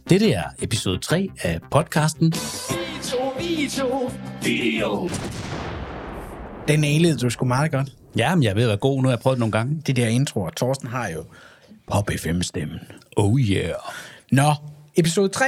Dette er episode 3 af podcasten Video. Den nailede du sgu meget godt. Ja, men jeg ved at være god, nu har jeg prøvet det nogle gange. Det der introer. Torsten har jo Pop FM-stemmen. Oh yeah. Nå, episode 3.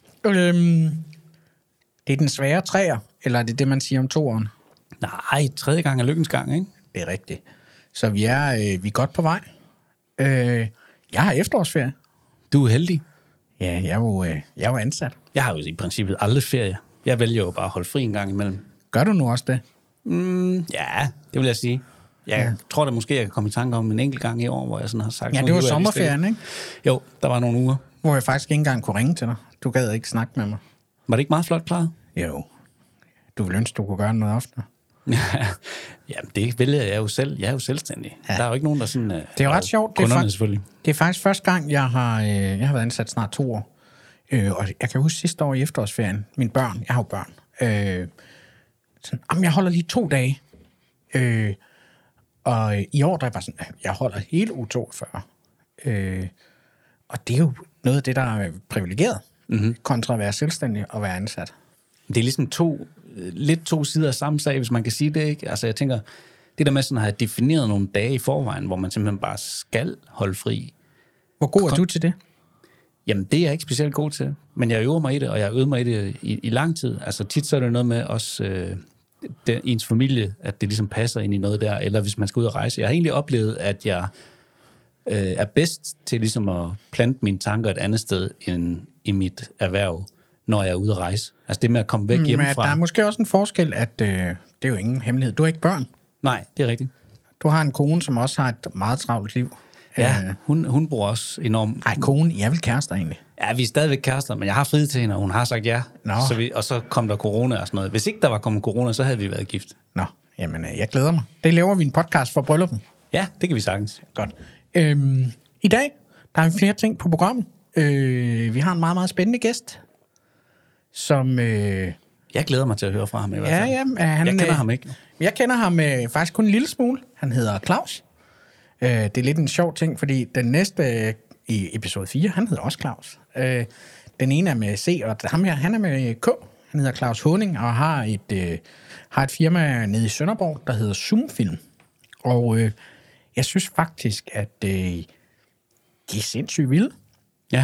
Det er den svære træer, eller er det det, man siger om toeren? Nej, 3. gang er lykkens gang, ikke? Det er rigtigt. Så vi er godt på vej. Jeg har efterårsferie. Du er heldig. Ja, jeg er jo ansat. Jeg har jo i princippet aldrig ferie. Jeg vælger jo bare at holde fri en gang imellem. Gør du nu også det? Ja, det vil jeg sige. Jeg tror da måske, jeg kan komme i tanke om en enkelt gang i år, hvor jeg sådan har sagt... Ja, det var sommerferien, ikke? Jo, der var nogle uger. Hvor jeg faktisk ikke engang kunne ringe til dig. Du gad ikke snakke med mig. Var det ikke meget flot klaret? Jo. Du ville ønske, du kunne gøre noget oftere. Jamen, det vælger jeg jo selv. Jeg er jo selvstændig. Ja. Der er jo ikke nogen, der sådan... Det er jo ret sjovt. Kunderne, det er faktisk første gang, jeg har været ansat snart 2 år. Og jeg kan huske sidste år i efterårsferien, mine børn, jeg har jo børn, sådan, jeg holder lige 2 dage. Og i år, der er bare sådan, jeg holder hele uge 42. Og det er jo noget af det, der er privilegeret, kontra at være selvstændig og være ansat. Det er ligesom to sider af samme sag, hvis man kan sige det, ikke? Altså, jeg tænker, det der med sådan at have defineret nogle dage i forvejen, hvor man simpelthen bare skal holde fri. Hvor god er du til det? Jamen, det er jeg ikke specielt god til. Men jeg øver mig i det, og jeg har øvet mig i det i lang tid. Altså, tit så er det noget med også ens familie, at det ligesom passer ind i noget der, eller hvis man skal ud og rejse. Jeg har egentlig oplevet, at jeg er bedst til ligesom at plante mine tanker et andet sted end i mit erhverv, når jeg er ude at rejse. Altså det med at komme væk hjemmefra. Der er måske også en forskel, at det er jo ingen hemmelighed. Du har ikke børn. Nej, det er rigtigt. Du har en kone, som også har et meget travlt liv. Ja, hun bruger også enormt... Nej, kone, jeg er vel kærester egentlig? Ja, vi er stadigvæk kærester, men jeg har friet til hende, og hun har sagt ja. Og så kom der corona og sådan noget. Hvis ikke der var kommet corona, så havde vi været gift. Nå, jamen jeg glæder mig. Det laver vi en podcast for brylluppen. Ja, det kan vi sagtens. Godt. I dag, der er flere ting på programmet. Vi har en meget, meget spændende gæst, som... Jeg glæder mig til at høre fra ham i hvert fald. Jeg kender ham ikke. Jeg kender ham faktisk kun en lille smule. Han hedder Claus. Det er lidt en sjov ting, fordi den næste i episode 4, han hedder også Claus. Den ene er med C, og ham her, han er med K. Han hedder Claus Håning, og har et firma nede i Sønderborg, der hedder Zoomfilm. Og jeg synes faktisk, at de er sindssygt vilde. Ja.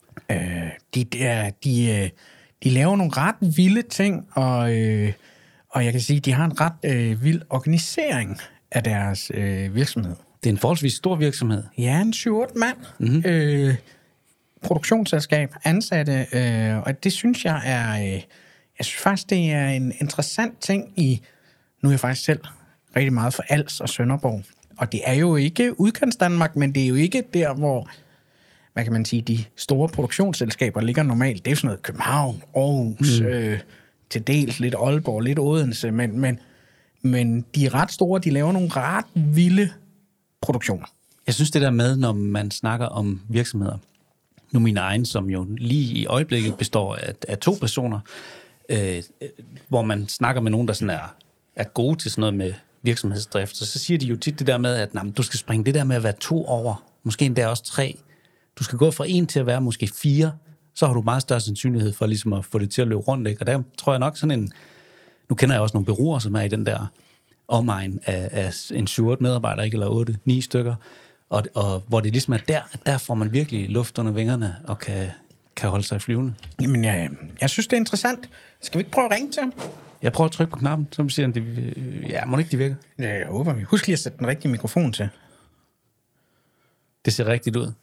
De laver nogle ret vilde ting, og jeg kan sige, at de har en ret vild organisering af deres virksomhed. Det er en forholdsvis stor virksomhed. Ja, en 7-8 mand. Produktionsselskab, ansatte, og det synes jeg er... jeg synes faktisk, det er en interessant ting i... Nu er jeg faktisk selv rigtig meget for Als og Sønderborg. Og det er jo ikke udkantsdanmark, men det er jo ikke der, hvor... Hvad kan man sige? De store produktionsselskaber ligger normalt. Det er jo sådan noget København, Aarhus, til dels lidt Aalborg, lidt Odense, men de er ret store. De laver nogle ret vilde produktioner. Jeg synes det der med, når man snakker om virksomheder, nu min egen, som jo lige i øjeblikket består af 2 personer, hvor man snakker med nogen, der sådan er gode til sådan noget med virksomhedsdrift, så siger de jo tit det der med, at du skal springe det der med at være 2 over, måske endda også 3. Du skal gå fra 1 til at være måske 4, så har du meget større sandsynlighed for ligesom at få det til at løbe rundt, ikke? Og der tror jeg nok sådan nu kender jeg også nogle bureauer, som er i den der omegn af en 7-8 medarbejdere, ikke, eller 8-9 stykker, og hvor det ligesom er der får man virkelig luft under vingerne og kan holde sig flyvende. Jamen, jeg synes, det er interessant. Skal vi ikke prøve at ringe til ham? Jeg prøver at trykke på knappen, så siger han, må ikke de virker? Ja, jeg håber vi. Husk lige at sætte den rigtige mikrofon til. Det ser rigtigt ud.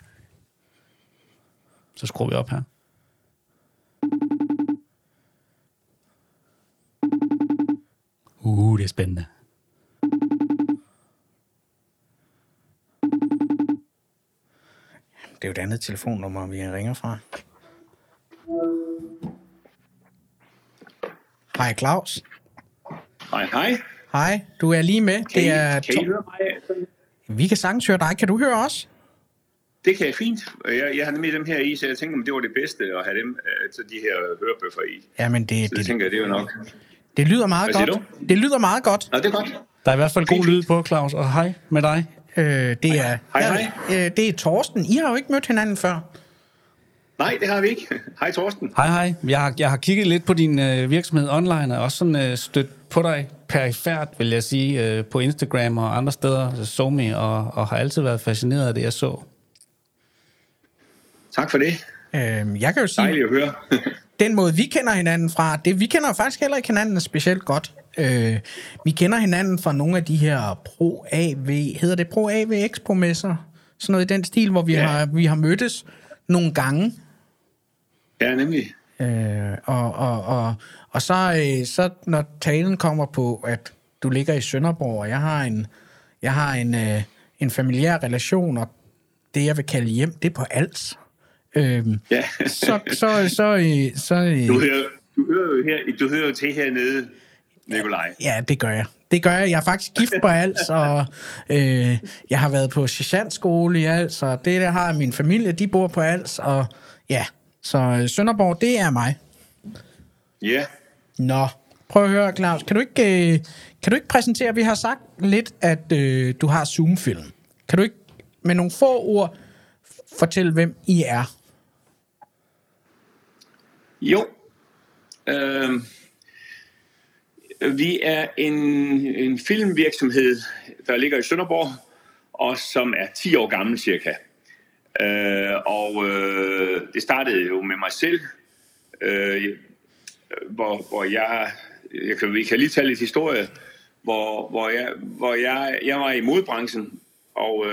Så skruer vi op her. Det er spændende. Det er jo et andet telefonnummer, vi ringer fra. Hej Claus. Hej. Hej, du er lige med. Kan I høre mig? Vi kan sagtens høre dig. Kan du høre os? Det kan jeg fint. Jeg har nemlig dem her i, så jeg tænker, om det var det bedste at have dem, så de her hørebøffer i. Jamen det tænker jeg, det er jo nok. Det lyder meget godt. Det lyder meget godt. Nå, det er godt. Der er i hvert fald god lyd på, Claus, og hej med dig. Det er Torsten. I har jo ikke mødt hinanden før. Nej, det har vi ikke. Hej Torsten. Hej. Jeg har kigget lidt på din virksomhed online, og også sådan stødt på dig perifært, vil jeg sige, på Instagram og andre steder, SoMe, og har altid været fascineret af det, jeg så. Tak for det. Jeg kan jo sige, dejligt at høre. den måde, vi kender hinanden fra, vi kender faktisk heller ikke hinanden specielt godt. Vi kender hinanden fra nogle af de her Pro-AV, hedder det Pro-AV Expo-messer? Sådan noget i den stil, hvor vi har mødtes nogle gange. Ja, nemlig. Og så når talen kommer på, at du ligger i Sønderborg, og jeg har en familiær relation, og det jeg vil kalde hjem, det er på Als. Du hører jo til hernede, Nikolaj. Ja, det gør jeg. Jeg er faktisk gift på Als, og jeg har været på sergeantskole i Als, og det der har min familie, de bor på Als, og ja, så Sønderborg, det er mig. Ja. Nå, prøv at høre, Claus. Kan du ikke præsentere, vi har sagt lidt, at du har Zoom-film. Kan du ikke med nogle få ord fortælle, hvem I er? Jo. Vi er en filmvirksomhed, der ligger i Sønderborg, og som er 10 år gammel cirka. Det startede jo med mig selv, hvor vi kan lige tage lidt historie, hvor jeg var i modebranchen, og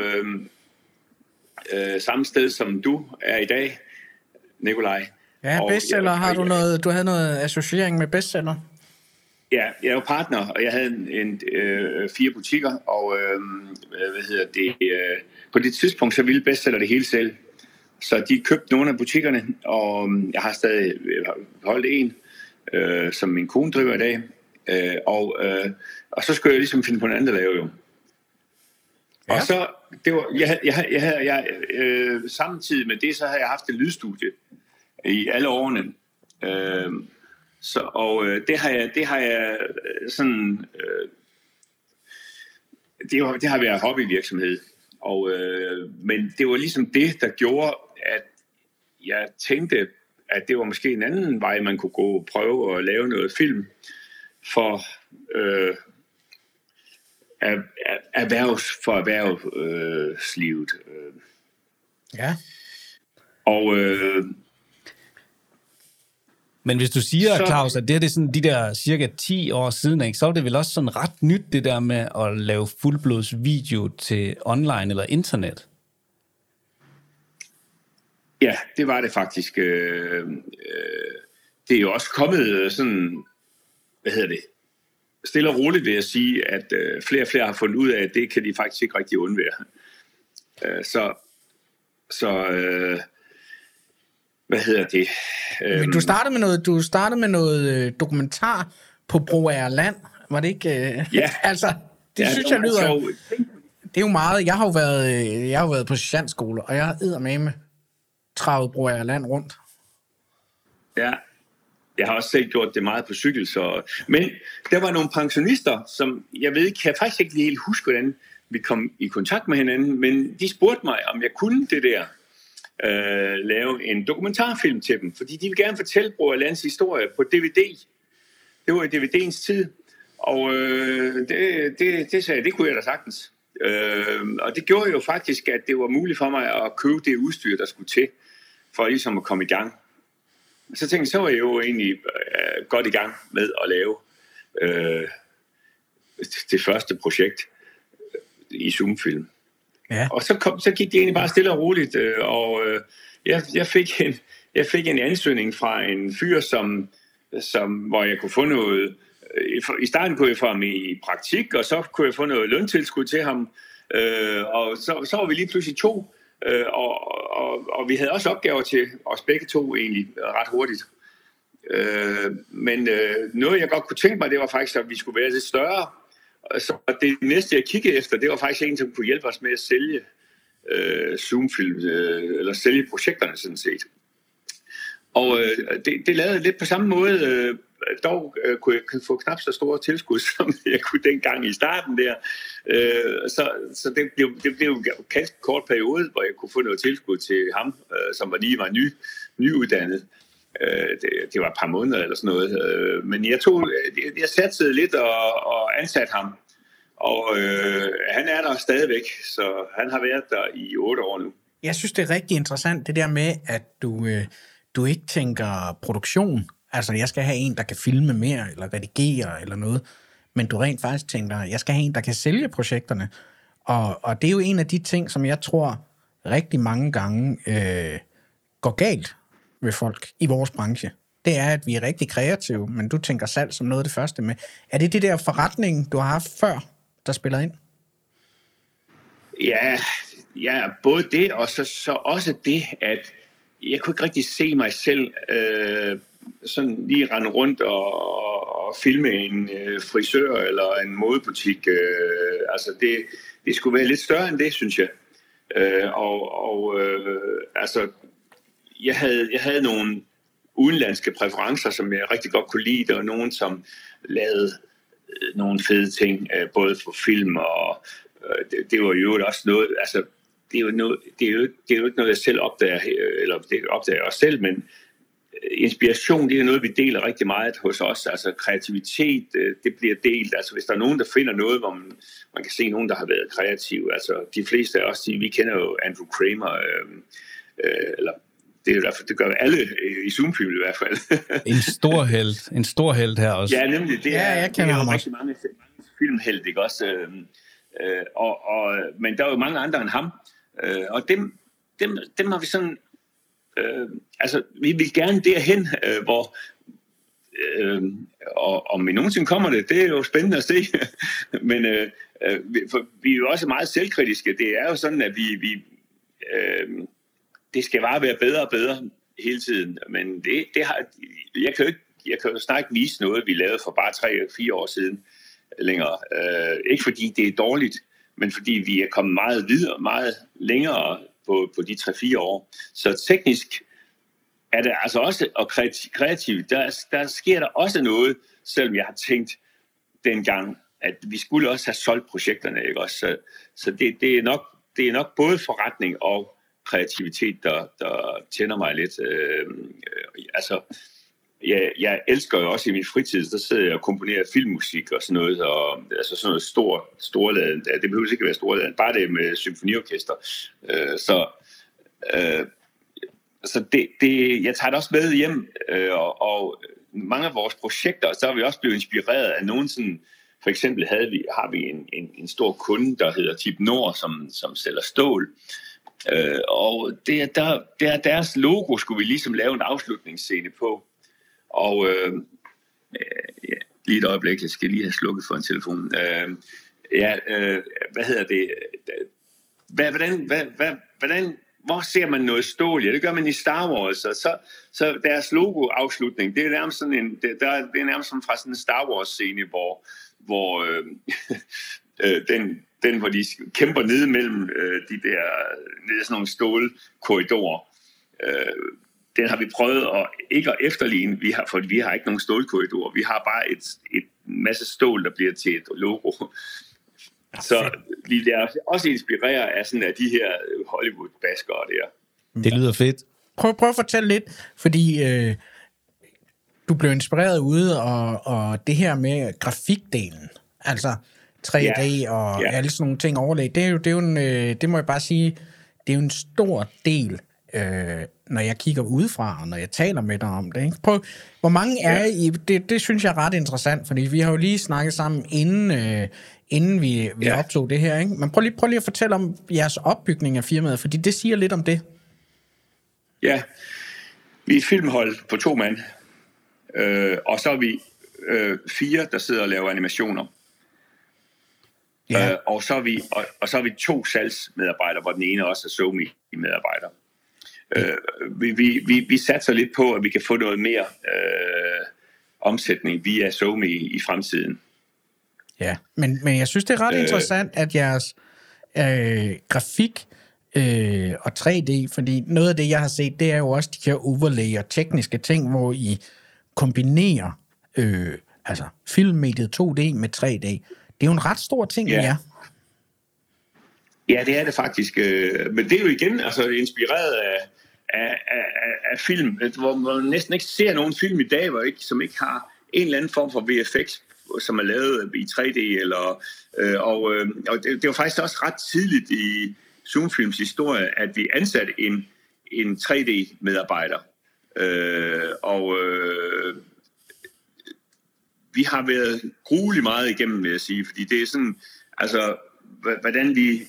samme sted som du er i dag, Nikolaj. Ja, bestseller. Har du noget? Du havde noget associering med bestseller? Ja, jeg er jo partner, og jeg havde 4 butikker, og på det tidspunkt så ville bestseller det hele selv. Så de købte nogle af butikkerne, og jeg har stadig holdt en, som min kone driver i dag. Og så skulle jeg ligesom finde på en anden at lave jo. Ja. Og så, det var, samtidig med det, så havde jeg haft et lydstudie i alle årene. Det har været hobbyvirksomhed. Men det var ligesom det, der gjorde, at jeg tænkte, at det var måske en anden vej, man kunne gå og prøve at lave noget film for erhvervslivet. Ja. Men hvis du siger, Claus, at det er sådan de der cirka 10 år siden, ikke, så er det vel også sådan ret nyt, det der med at lave fuldblods video til online eller internet? Ja, det var det faktisk. Det er jo også kommet sådan, stille og roligt vil jeg sige, at flere og flere har fundet ud af, at det kan de faktisk ikke rigtig undvære. Men du startede med noget dokumentar på Broager Land, var det ikke? Ja. Altså, det synes jeg lyder. Det er jo meget. Jeg har jo været på sergeantskole, og jeg har eddermame travet Broager Land rundt. Ja. Jeg har også selv gjort det meget på cykel, men der var nogle pensionister, som kan faktisk ikke helt huske, hvordan vi kom i kontakt med hinanden, men de spurgte mig, om jeg kunne det der. Lave en dokumentarfilm til dem, fordi de ville gerne fortælle Broager Lands historie på DVD. Det var i DVD'ens tid, og det sagde jeg, det kunne jeg da sagtens. Og det gjorde jo faktisk, at det var muligt for mig at købe det udstyr, der skulle til, for ligesom at komme i gang. Så tænkte jeg, så var jeg jo egentlig godt i gang med at lave det første projekt i Zoom-film. Ja. Og så gik det egentlig bare stille og roligt, og jeg fik en ansøgning fra en fyr, hvor jeg kunne få noget. I starten kunne jeg få ham i praktik, og så kunne jeg få noget løntilskud til ham, og så var vi lige pludselig 2, og vi havde også opgaver til os begge 2 egentlig ret hurtigt. Men noget jeg godt kunne tænke mig, det var faktisk, at vi skulle være lidt større. Så det næste, jeg kiggede efter, det var faktisk en, som kunne hjælpe os med at sælge Zoom-film, eller sælge projekterne sådan set. Og det lavede lidt på samme måde, dog kunne jeg få knap så store tilskud, som jeg kunne dengang i starten der. Så det blev en ganske kort periode, hvor jeg kunne få noget tilskud til ham, som lige var nyuddannet. Det var et par måneder eller sådan noget. Men jeg satsede lidt og ansatte ham. Og han er der stadigvæk, så han har været der i 8 år nu. Jeg synes, det er rigtig interessant, det der med, at du ikke tænker produktion. Altså, jeg skal have en, der kan filme mere, eller redigere, eller noget. Men du rent faktisk tænker, jeg skal have en, der kan sælge projekterne. Og det er jo en af de ting, som jeg tror rigtig mange gange går galt ved folk i vores branche. Det er, at vi er rigtig kreative, men du tænker salg som noget af det første med. Er det der forretning, du har haft før, der spiller ind? Ja, både det, og så også det, at jeg kunne ikke rigtig se mig selv sådan lige rende rundt og filme en frisør eller en modebutik. Altså det skulle være lidt større end det, synes jeg. Altså jeg havde nogle udenlandske præferencer, som jeg rigtig godt kunne lide. Der var nogen, som lavede nogle fede ting, både for film og det var jo også noget, altså det er jo ikke noget, jeg selv opdager, eller det opdager jeg også selv, men inspiration, det er noget, vi deler rigtig meget hos os. Altså kreativitet, det bliver delt. Altså hvis der er nogen, der finder noget, hvor man kan se nogen, der har været kreative. Altså de fleste af os, vi kender jo Andrew Kramer, eller det er i hvert fald, det gør alle i Zoom-film i hvert fald. En stor helt her også. Ja, nemlig. Det er jo rigtig mange filmhelt, ikke også? Men der er jo mange andre end ham. Og dem har vi sådan... altså, vi vil gerne derhen, hvor... og om vi nogensinde kommer det er jo spændende at se. Men vi er jo også meget selvkritiske. Det er jo sådan, at vi det skal bare være bedre og bedre hele tiden. Men det har... Jeg kan jo snart ikke vise noget, vi lavede for bare 3-4 år siden længere. Ikke fordi det er dårligt, men fordi vi er kommet meget videre, meget længere på de 3-4 år. Så teknisk er det altså også, og kreativt, der sker der også noget, selvom jeg har tænkt dengang, at vi skulle også have solgt projekterne, ikke også? Så det er nok både forretning og kreativitet, der tænder mig lidt. Altså, jeg elsker jo også i min fritid, der sidder jeg og komponerer filmmusik og sådan noget, og altså sådan noget storladen. Det behøver ikke være storladen, bare det med symfoniorkester. Så det, jeg tager det også med hjem, og mange af vores projekter, så har vi også blevet inspireret af nogen sådan. For eksempel har vi en stor kunde, der hedder Tip Nord, som sælger stål. Og det er deres logo, skulle vi ligesom lave en afslutningsscene på. Og lige et øjeblik, jeg skal lige have slukket for en telefon. Hvad hedder det? Hvordan hvor ser man noget stål? Ja, det gør man i Star Wars. Så deres logo-afslutning, det er nærmest sådan det er nærmest som fra sådan en Star Wars-scene, hvor den, hvor de kæmper nede mellem de der nede sådan nogle stålkorridorer. Den har vi prøvet ikke at efterligne. For vi har ikke nogen stålkorridorer. Vi har bare et masse stål, der bliver til et logo. Så vi lader os også inspirere af sådan af de her Hollywood-baskere der. Det lyder fedt. Prøv at fortælle lidt, fordi du blev inspireret ude, og det her med grafikdelen, altså 3D og alle sådan nogle ting overlæg, det må jeg bare sige, det er jo en stor del, når jeg kigger udefra, og når jeg taler med dig om det. Ikke? Prøv, hvor mange er I? Det synes jeg er ret interessant, fordi vi har jo lige snakket sammen, inden vi optog det her. Ikke? Men prøv lige at fortælle om jeres opbygning af firmaet, fordi det siger lidt om det. Ja, vi er et filmhold på 2 mand, og så er vi 4, der sidder og laver animationer. Ja. Og så er vi 2 salgsmedarbejdere, hvor den ene også er SoMe-medarbejder. Vi satser lidt på, at vi kan få noget mere omsætning via SoMe i fremtiden. Ja, men jeg synes, det er ret interessant, at jeres grafik og 3D, fordi noget af det, jeg har set, det er jo også de her overlay og tekniske ting, hvor I kombinerer altså filmmediet 2D med 3D. Det er jo en ret stor ting, ja. Ja, det er det faktisk. Men det er jo igen altså, inspireret af film, hvor man næsten ikke ser nogen film i dag, som ikke har en eller anden form for VFX, som er lavet i 3D. Og det var faktisk også ret tidligt i Zoom-films historie, at vi ansatte en 3D-medarbejder. Vi har været grueligt meget igennem, vil jeg sige, fordi det er sådan, altså, hvordan vi...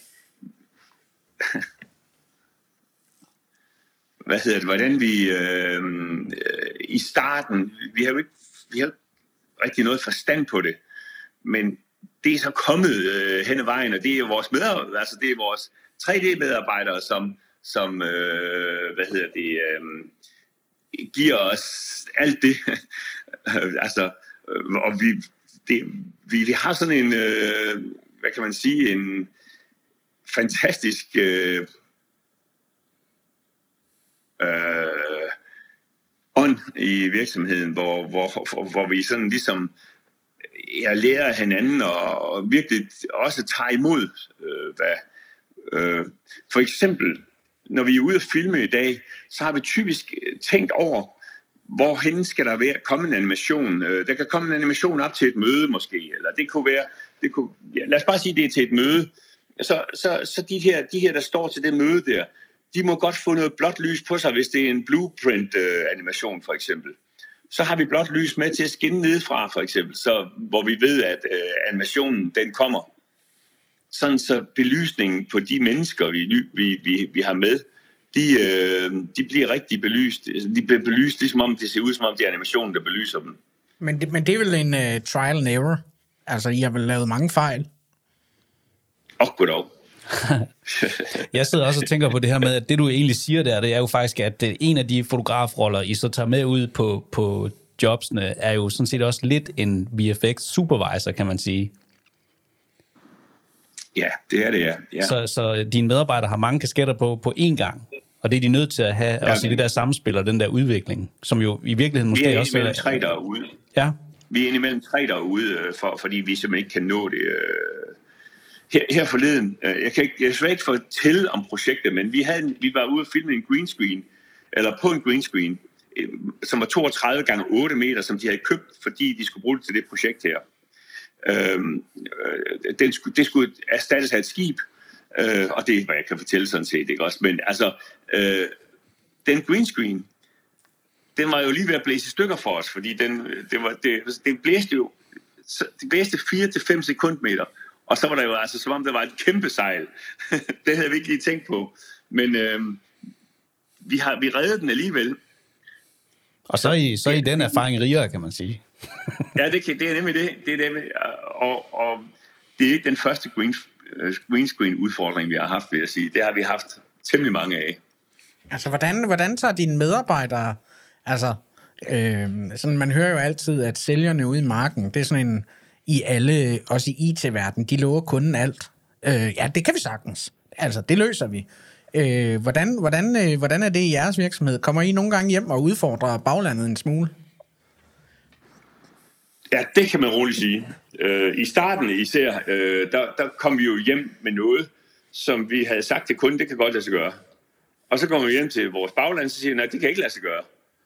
hvordan vi i starten, vi har jo ikke rigtig noget forstand på det, men det er så kommet hen ad vejen, og det er vores medarbejdere, altså det er vores 3D-medarbejdere, som giver os alt det. Altså, og vi har sådan en, hvad kan man sige, en fantastisk ånd i virksomheden, hvor vi sådan ligesom lærer af hinanden og virkelig også tager imod for eksempel når vi er ude at filme i dag, så har vi typisk tænkt over, hvorhen skal der komme en animation. Der kan komme en animation op til et møde måske, eller det kunne være, lad os bare sige, det er til et møde. Så de her, der står til det møde der, de må godt få noget blåt lys på sig, hvis det er en blueprint-animation for eksempel. Så har vi blåt lys med til at skinne nedefra for eksempel, så, hvor vi ved, at animationen den kommer. Sådan så belysningen på de mennesker, vi har med, de bliver rigtig belyst. De bliver belyst, ligesom om det ser ud, som om det er animationen, der belyser dem. Men det er vel en trial and error? Altså, I har vel lavet mange fejl? Goddag. Jeg sidder også og tænker på det her med, at det du egentlig siger der, det er jo faktisk, at en af de fotografroller, I så tager med ud på jobsene, er jo sådan set også lidt en VFX supervisor, kan man sige. Ja, det er det, ja. Så dine medarbejdere har mange kasketter på én gang, og det er de nødt til at have også i det der samspil og den der udvikling, som jo i virkeligheden måske også... Vi er indimellem 3 derude. Ja. Vi er indimellem 3 derude, fordi vi simpelthen ikke kan nå det. Her forleden, jeg kan ikke fortælle om projektet, men vi var ude at filme en green screen, eller på en green screen, som var 32 gange 8 meter, som de havde købt, fordi de skulle bruge det til det projekt her. Det skulle erstattes af et skib, og det er, hvad jeg kan fortælle sådan set, ikke også? Men altså, den green screen, den var jo lige ved at blæse i stykker for os, fordi det blæste jo, det blæste 4-5 sekundmeter, og så var der jo altså, som om der var et kæmpe sejl. Det havde vi ikke lige tænkt på, men vi reddede den alligevel. Og så er I den erfaring rigere, kan man sige. Ja, det er nemlig det. Det er nemlig, og det er ikke den første green screen udfordring, vi har haft, vil jeg sige. Det har vi haft temmelig mange af. Altså, hvordan tager dine medarbejdere, altså, sådan, man hører jo altid, at sælgerne ude i marken, det er sådan en, i alle, også i IT-verdenen, de lover kunden alt. Ja, det kan vi sagtens. Altså, det løser vi. Hvordan er det i jeres virksomhed? Kommer I nogle gange hjem og udfordrer baglandet en smule? Ja, det kan man roligt sige. I starten især, der kom vi jo hjem med noget, som vi havde sagt til kunden, det kan godt lade sig gøre. Og så kommer vi hjem til vores bagland, og siger, nej, det kan ikke lade sig gøre.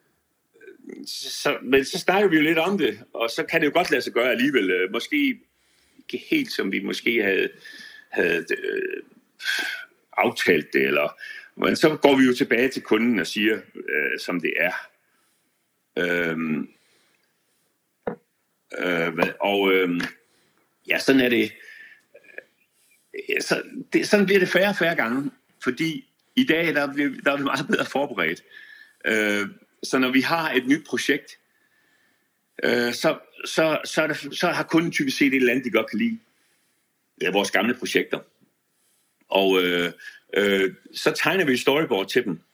Men så snakker vi jo lidt om det, og så kan det jo godt lade sig gøre alligevel. Måske ikke helt, som vi måske havde aftalt det, men så går vi jo tilbage til kunden og siger, som det er. Ja, sådan er det. Sådan bliver det færre gange, fordi i dag der er vi meget bedre forberedt. Så når vi har et nyt projekt, så har kunden typisk set et eller andet, de godt kan lide. Det er vores gamle projekter. Og så tegner vi et storyboard til dem.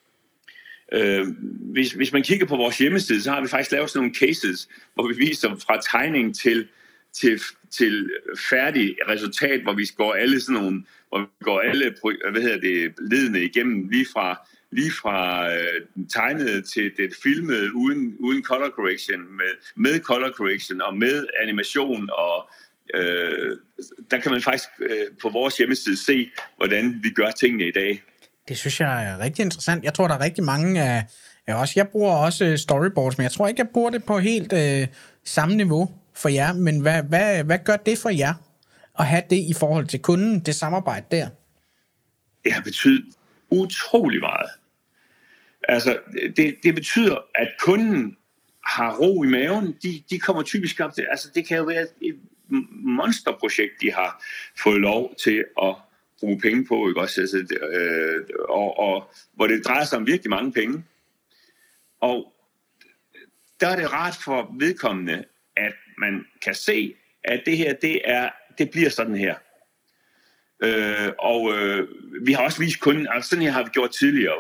Hvis man kigger på vores hjemmeside, så har vi faktisk lavet sådan nogle cases, hvor vi viser fra tegning til færdig resultat, hvor vi går alle ledene igennem, lige fra lige fra tegnet til det filmede uden color correction, med color correction og med animation, og der kan man faktisk på vores hjemmeside se, hvordan vi gør tingene i dag. Det synes jeg er rigtig interessant. Jeg tror, der er rigtig mange af os. Jeg bruger også storyboards, men jeg tror ikke, jeg bruger det på helt samme niveau for jer. Men hvad gør det for jer at have det i forhold til kunden, det samarbejde der? Det har betydet utrolig meget. Altså, det betyder, at kunden har ro i maven. De kommer typisk op til, altså det kan jo være et monsterprojekt, de har fået lov til at bruge penge på, ikke også? Altså, og hvor det drejer sig om virkelig mange penge. Og der er det rart for vedkommende, at man kan se, at det her, det bliver sådan her. Vi har også vist kunden, altså sådan her har vi gjort tidligere,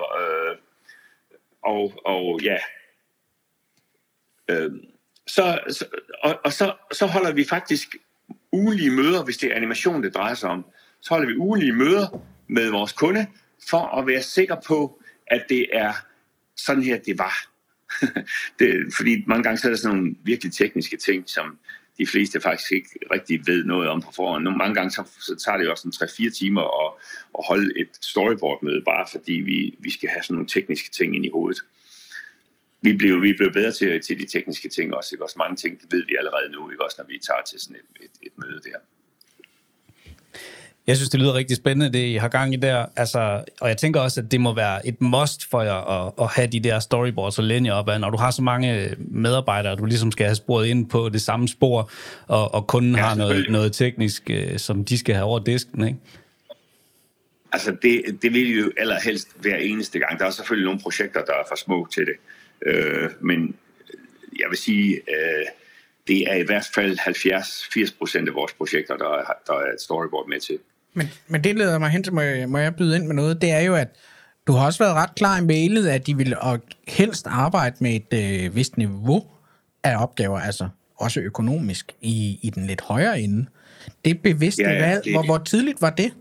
så holder vi faktisk ugenlige møder, hvis det er animation, det drejer sig om. Så holder vi ugenlige møder med vores kunde, for at være sikker på, at det er sådan her, det var. Fordi mange gange så er der sådan nogle virkelig tekniske ting, som de fleste faktisk ikke rigtig ved noget om på forhånd. Mange gange så tager det jo også 3-4 timer at holde et storyboard-møde, bare fordi vi skal have sådan nogle tekniske ting ind i hovedet. Vi blev bedre til de tekniske ting også. Ikke? Også mange ting ved vi allerede nu, ikke? Også når vi tager til sådan et møde der. Jeg synes, det lyder rigtig spændende, det I har gang i der. Altså, og jeg tænker også, at det må være et must for jer at have de der storyboards og læne jer op af, når du har så mange medarbejdere, du ligesom skal have sporet ind på det samme spor, og kunden har noget teknisk, som de skal have over disken, ikke? Altså, det vil jo allerhelst hver eneste gang. Der er selvfølgelig nogle projekter, der er for små til det. Men jeg vil sige, det er i hvert fald 70-80% af vores projekter, der er et storyboard med til. Men det leder mig hen til, må jeg byde ind med noget, det er jo, at du har også været ret klar i mailet, at de vil helst arbejde med et vist niveau af opgaver, altså også økonomisk, i den lidt højere ende. Det bevidste valg, hvor tidligt var det?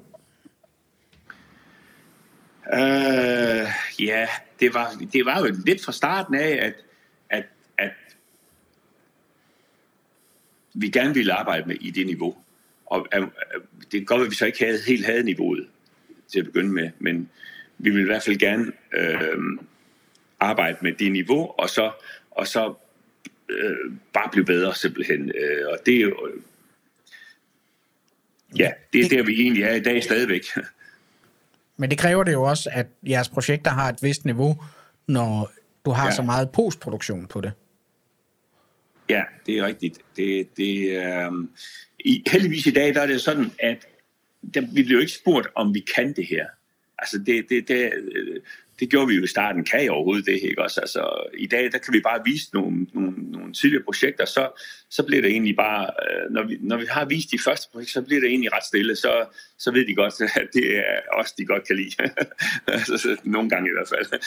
Det var jo lidt fra starten af, at vi gerne ville arbejde med i det niveau. Og det kan godt være, at vi så ikke helt havde niveauet til at begynde med, men vi ville i hvert fald gerne arbejde med det niveau, og så bare blive bedre simpelthen. Og det er jo... det er der, vi egentlig er i dag stadigvæk. Men det kræver det jo også, at jeres projekter har et vist niveau, når du har så meget postproduktion på det. Ja, det er rigtigt. Heldigvis i dag, der er det sådan, at vi bliver jo ikke spurgt, om vi kan det her. Altså, det gjorde vi jo i starten. Kan jeg overhovedet det, ikke også? Altså, i dag, der kan vi bare vise nogle tidligere projekter, så bliver det egentlig bare, når vi har vist de første projekter, så bliver det egentlig ret stille, så ved de godt, at det er os, de godt kan lide. Altså, nogle gange i hvert fald.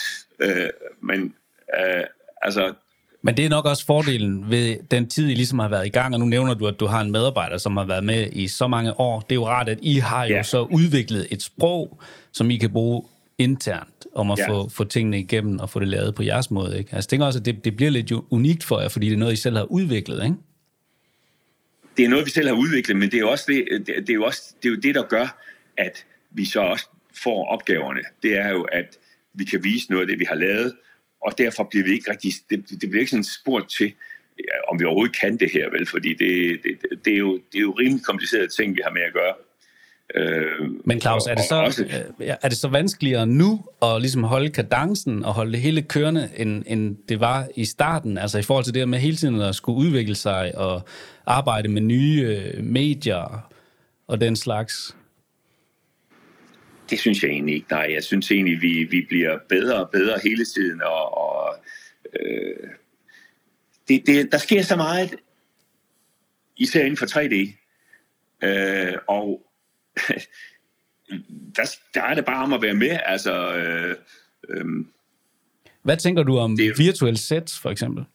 Men det er nok også fordelen ved den tid, I ligesom har været i gang, og nu nævner du, at du har en medarbejder, som har været med i så mange år. Det er jo rart, at I har jo så udviklet et sprog, som I kan bruge internt, om at få tingene igennem og få det lavet på jeres måde, ikke? Altså, jeg tænker også, at det bliver lidt unikt for jer, fordi det er noget, I selv har udviklet, ikke? Det er noget, vi selv har udviklet, men det er jo også det, der gør, at vi så også får opgaverne. Det er jo, at vi kan vise noget af det, vi har lavet, og derfor bliver vi ikke rigtig, det bliver ikke sådan spurgt til, om vi overhovedet kan det her, vel? Fordi det er jo rimelig komplicerede ting, vi har med at gøre. Men Claus, er det så vanskeligere nu at ligesom holde kadencen og holde det hele kørende, end det var i starten? Altså i forhold til det med hele tiden at skulle udvikle sig og arbejde med nye medier og den slags? Det synes jeg egentlig ikke. Nej, jeg synes egentlig, vi bliver bedre og bedre hele tiden, der sker så meget, især inden for 3D, og der er det bare om at være med. Altså, hvad tænker du om virtual sets, for eksempel?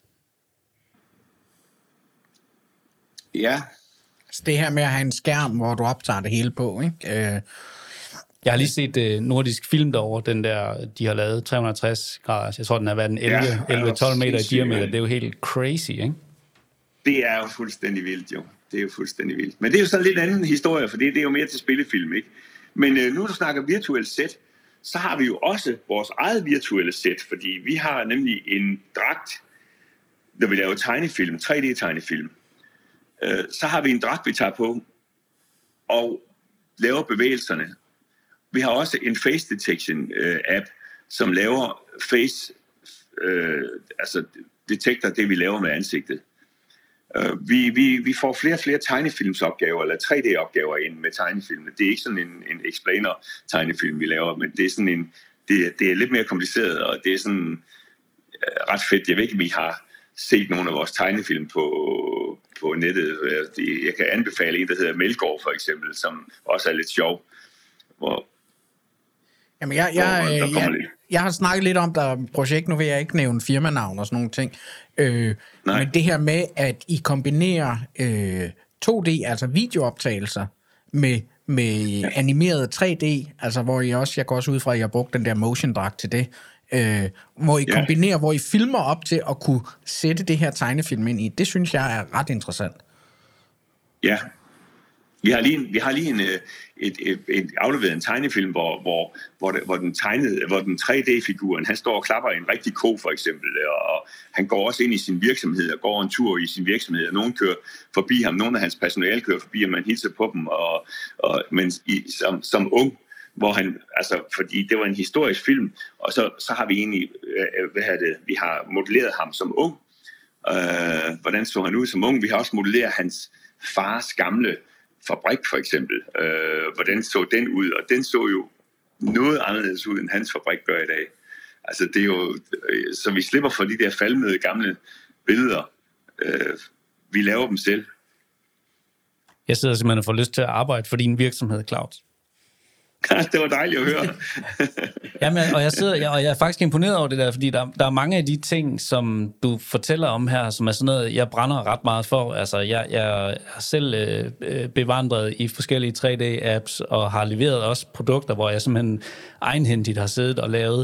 Ja. Så det her med at have en skærm, hvor du optager det hele på, ikke? Jeg har lige set nordisk film derovre, den der, de har lavet 360 grader. Jeg tror, den har været en 11-12 meter i diameter. Det er jo helt crazy, ikke? Det er jo fuldstændig vildt, jo. Det er jo fuldstændig vildt. Men det er jo sådan en lidt anden historie, for det er jo mere til spillefilm, ikke? Men nu du snakker virtuelt sæt, så har vi jo også vores eget virtuelle sæt, fordi vi har nemlig en dragt, når vi laver tegnefilm, 3D-tegnefilm. Så har vi en dragt, vi tager på, og laver bevægelserne. Vi har også en face detection app, som laver face, altså detekter det, vi laver med ansigtet. Vi får flere og flere tegnefilmsopgaver, eller 3D-opgaver ind med tegnefilmene. Det er ikke sådan en explainer-tegnefilm, vi laver, men det er sådan en, det er lidt mere kompliceret, og det er sådan ret fedt. Jeg ved ikke, om I har set nogle af vores tegnefilm på nettet. Jeg kan anbefale en, der hedder Melgaard for eksempel, som også er lidt sjov. Jamen, jeg har snakket lidt om der projekt, nu vil jeg ikke nævne firmanavn og sådan nogle ting, men det her med, at I kombinerer 2D, altså videooptagelser, med animeret 3D, altså hvor jeg går også ud fra, at I har brugt den der motion-dragt til det, hvor I kombinerer, hvor I filmer op til at kunne sætte det her tegnefilm ind i. Det synes jeg er ret interessant. Ja. Vi har lige afleveret en tegnefilm, hvor den 3D-figuren, han står og klapper en rigtig ko for eksempel, og han går også ind i sin virksomhed og går en tur i sin virksomhed, og nogen kører forbi ham, nogle af hans personale kører forbi ham, man hilser på dem, men som ung, hvor han, altså, fordi det var en historisk film, og så har vi egentlig, vi har modelleret ham som ung. Hvordan så han ud som ung? Vi har også modelleret hans fars gamle fabrik for eksempel. Hvordan så den ud? Og den så jo noget anderledes ud, end hans fabrik gør i dag. Altså det er jo, så vi slipper for de der faldmede gamle billeder. Vi laver dem selv. Jeg sidder simpelthen og får lyst til at arbejde for din virksomhed, Claus. Det var dejligt at høre. Jamen, og jeg er faktisk imponeret over det der, fordi der er mange af de ting, som du fortæller om her, som er sådan noget, jeg brænder ret meget for. Altså, jeg er selv bevandret i forskellige 3D-apps, og har leveret også produkter, hvor jeg simpelthen egenhændigt har siddet og lavet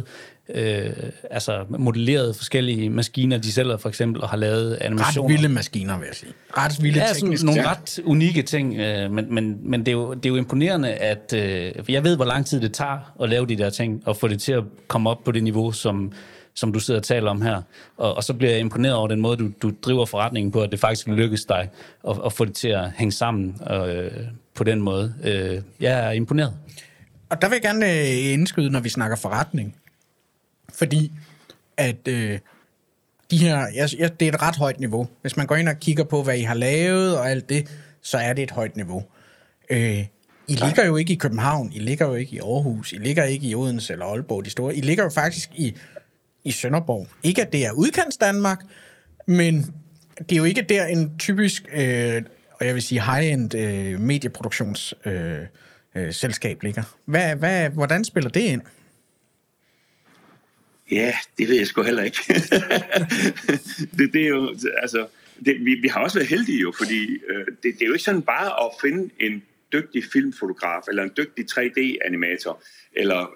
modelleret forskellige maskiner, de sælger for eksempel, og har lavet animationer. Ret vilde maskiner, vil jeg sige. Ret vilde tekniske. Sådan nogle ret unikke ting, men det er jo imponerende, at jeg ved, hvor lang tid det tager at lave de der ting, og få det til at komme op på det niveau, som du sidder og taler om her. Og så bliver jeg imponeret over den måde, du driver forretningen på, at det faktisk lykkes dig at få det til at hænge sammen på den måde. Jeg er imponeret. Og der vil jeg gerne indskyde, når vi snakker forretning. Fordi at de her, det er et ret højt niveau. Hvis man går ind og kigger på, hvad I har lavet og alt det, så er det et højt niveau. I ligger jo ikke i København, I ligger jo ikke i Aarhus, I ligger ikke i Odense eller Aalborg, de store. I ligger jo faktisk i Sønderborg. Ikke at det er udkants Danmark, men det er jo ikke der en typisk, og jeg vil sige high-end medieproduktionsselskab ligger. Hvordan spiller det ind? Ja, det ved jeg sgu heller ikke. det er jo, altså, vi har også været heldige jo, fordi det er jo ikke sådan bare at finde en dygtig filmfotograf, eller en dygtig 3D-animator, eller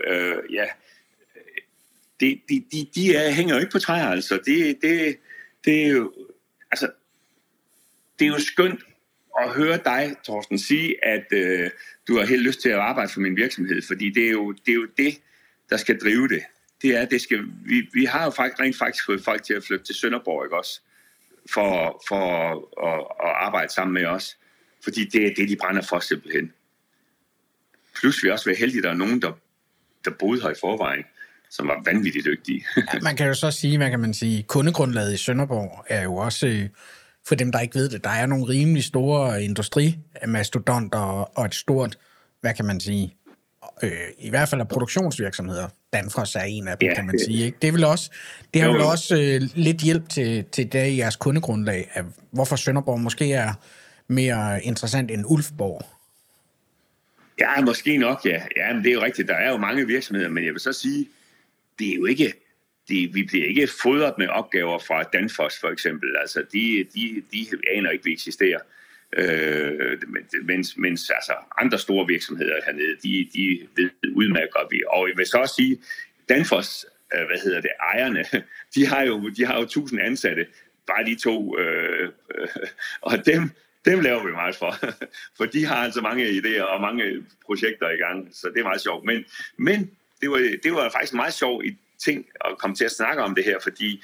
de hænger jo ikke på træer, altså. Det er jo, altså, det er jo skønt at høre dig, Torsten, sige, at du har helt lyst til at arbejde for min virksomhed, fordi det er jo det, der skal drive det. Vi har jo rent faktisk fået folk til at flytte til Sønderborg, ikke også? For at arbejde sammen med os. Fordi det er det, de brænder for simpelthen. Plus vi også være heldige, at der er nogen, der boede her i forvejen, som var vanvittigt dygtige. Ja, man kan jo så sige, hvad kan man sige, kundegrundlaget i Sønderborg er jo også, for dem, der ikke ved det, der er nogle rimelig store industrimastodonter og et stort, hvad kan man sige, i hvert fald af produktionsvirksomheder. Danfoss er en af dem, kan man sige. Ikke? Det har vel også lidt hjælp til det i jeres kundegrundlag, af hvorfor Sønderborg måske er mere interessant end Ulfborg. Ja, måske nok, ja. Ja, men det er jo rigtigt. Der er jo mange virksomheder, men jeg vil så sige, det er jo ikke, vi bliver ikke fodret med opgaver fra Danfoss, for eksempel. Altså, de aner ikke, vi eksisterer. Mens altså, andre store virksomheder hernede, de ved udmærket godt. Og jeg vil så også sige, Danfoss, ejerne, de har jo 1000 ansatte, bare de to, og dem laver vi meget for, for de har altså mange idéer og mange projekter i gang, så det er meget sjovt. Men det var faktisk en meget sjov ting at komme til at snakke om det her, fordi